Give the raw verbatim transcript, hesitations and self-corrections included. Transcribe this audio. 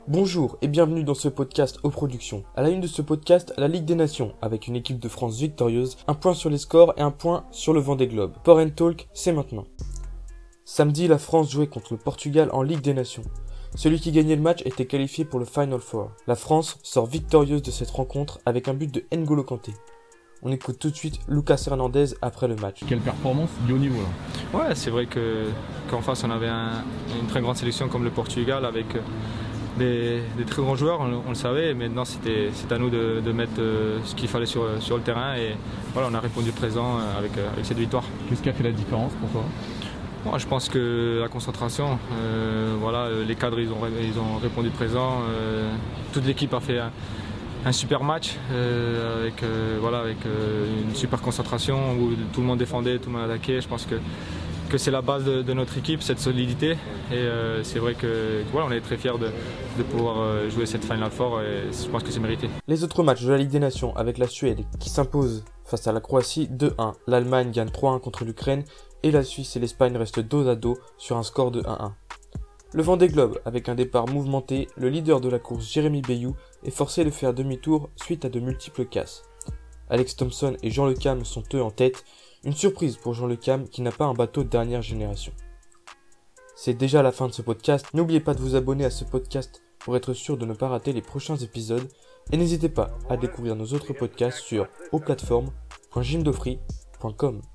Bonjour et bienvenue dans ce podcast aux productions. À la une de ce podcast, la Ligue des Nations, avec une équipe de France victorieuse, un point sur les scores et un point sur le Vendée Globe. Pour and Talk, c'est maintenant. Samedi, la France jouait contre le Portugal en Ligue des Nations. Celui qui gagnait le match était qualifié pour le Final Four. La France sort victorieuse de cette rencontre avec un but de N'Golo Kanté. On écoute tout de suite Lucas Hernandez après le match. Quelle performance du haut niveau là. Ouais, c'est vrai que, qu'en face on avait un, une très grande sélection comme le Portugal avec des, des très grands joueurs, on, on le savait, et maintenant c'était, c'est à nous de, de mettre euh, ce qu'il fallait sur, sur le terrain et voilà, on a répondu présent avec, avec cette victoire. Qu'est-ce qui a fait la différence pour toi ? Bon, je pense que la concentration, euh, voilà, les cadres ils ont, ils ont répondu présent, euh, toute l'équipe a fait un, un super match euh, avec, euh, voilà, avec euh, une super concentration où tout le monde défendait, tout le monde attaquait. Je pense que, que c'est la base de, de notre équipe, cette solidité. Et euh, c'est vrai que, que voilà, on est très fiers de, de pouvoir euh, jouer cette Final Four et je pense que c'est mérité. Les autres matchs de la Ligue des Nations avec la Suède qui s'impose face à la Croatie deux un, l'Allemagne gagne trois un contre l'Ukraine et la Suisse et l'Espagne restent dos à dos sur un score de un un. Le Vendée Globe, avec un départ mouvementé, le leader de la course Jérémy Bayou est forcé de faire demi-tour suite à de multiples casses. Alex Thompson et Jean Le Cam sont eux en tête, une surprise pour Jean Le Cam qui n'a pas un bateau de dernière génération. C'est déjà la fin de ce podcast, n'oubliez pas de vous abonner à ce podcast pour être sûr de ne pas rater les prochains épisodes et n'hésitez pas à découvrir nos autres podcasts sur aux plateformes point gymdofree point com.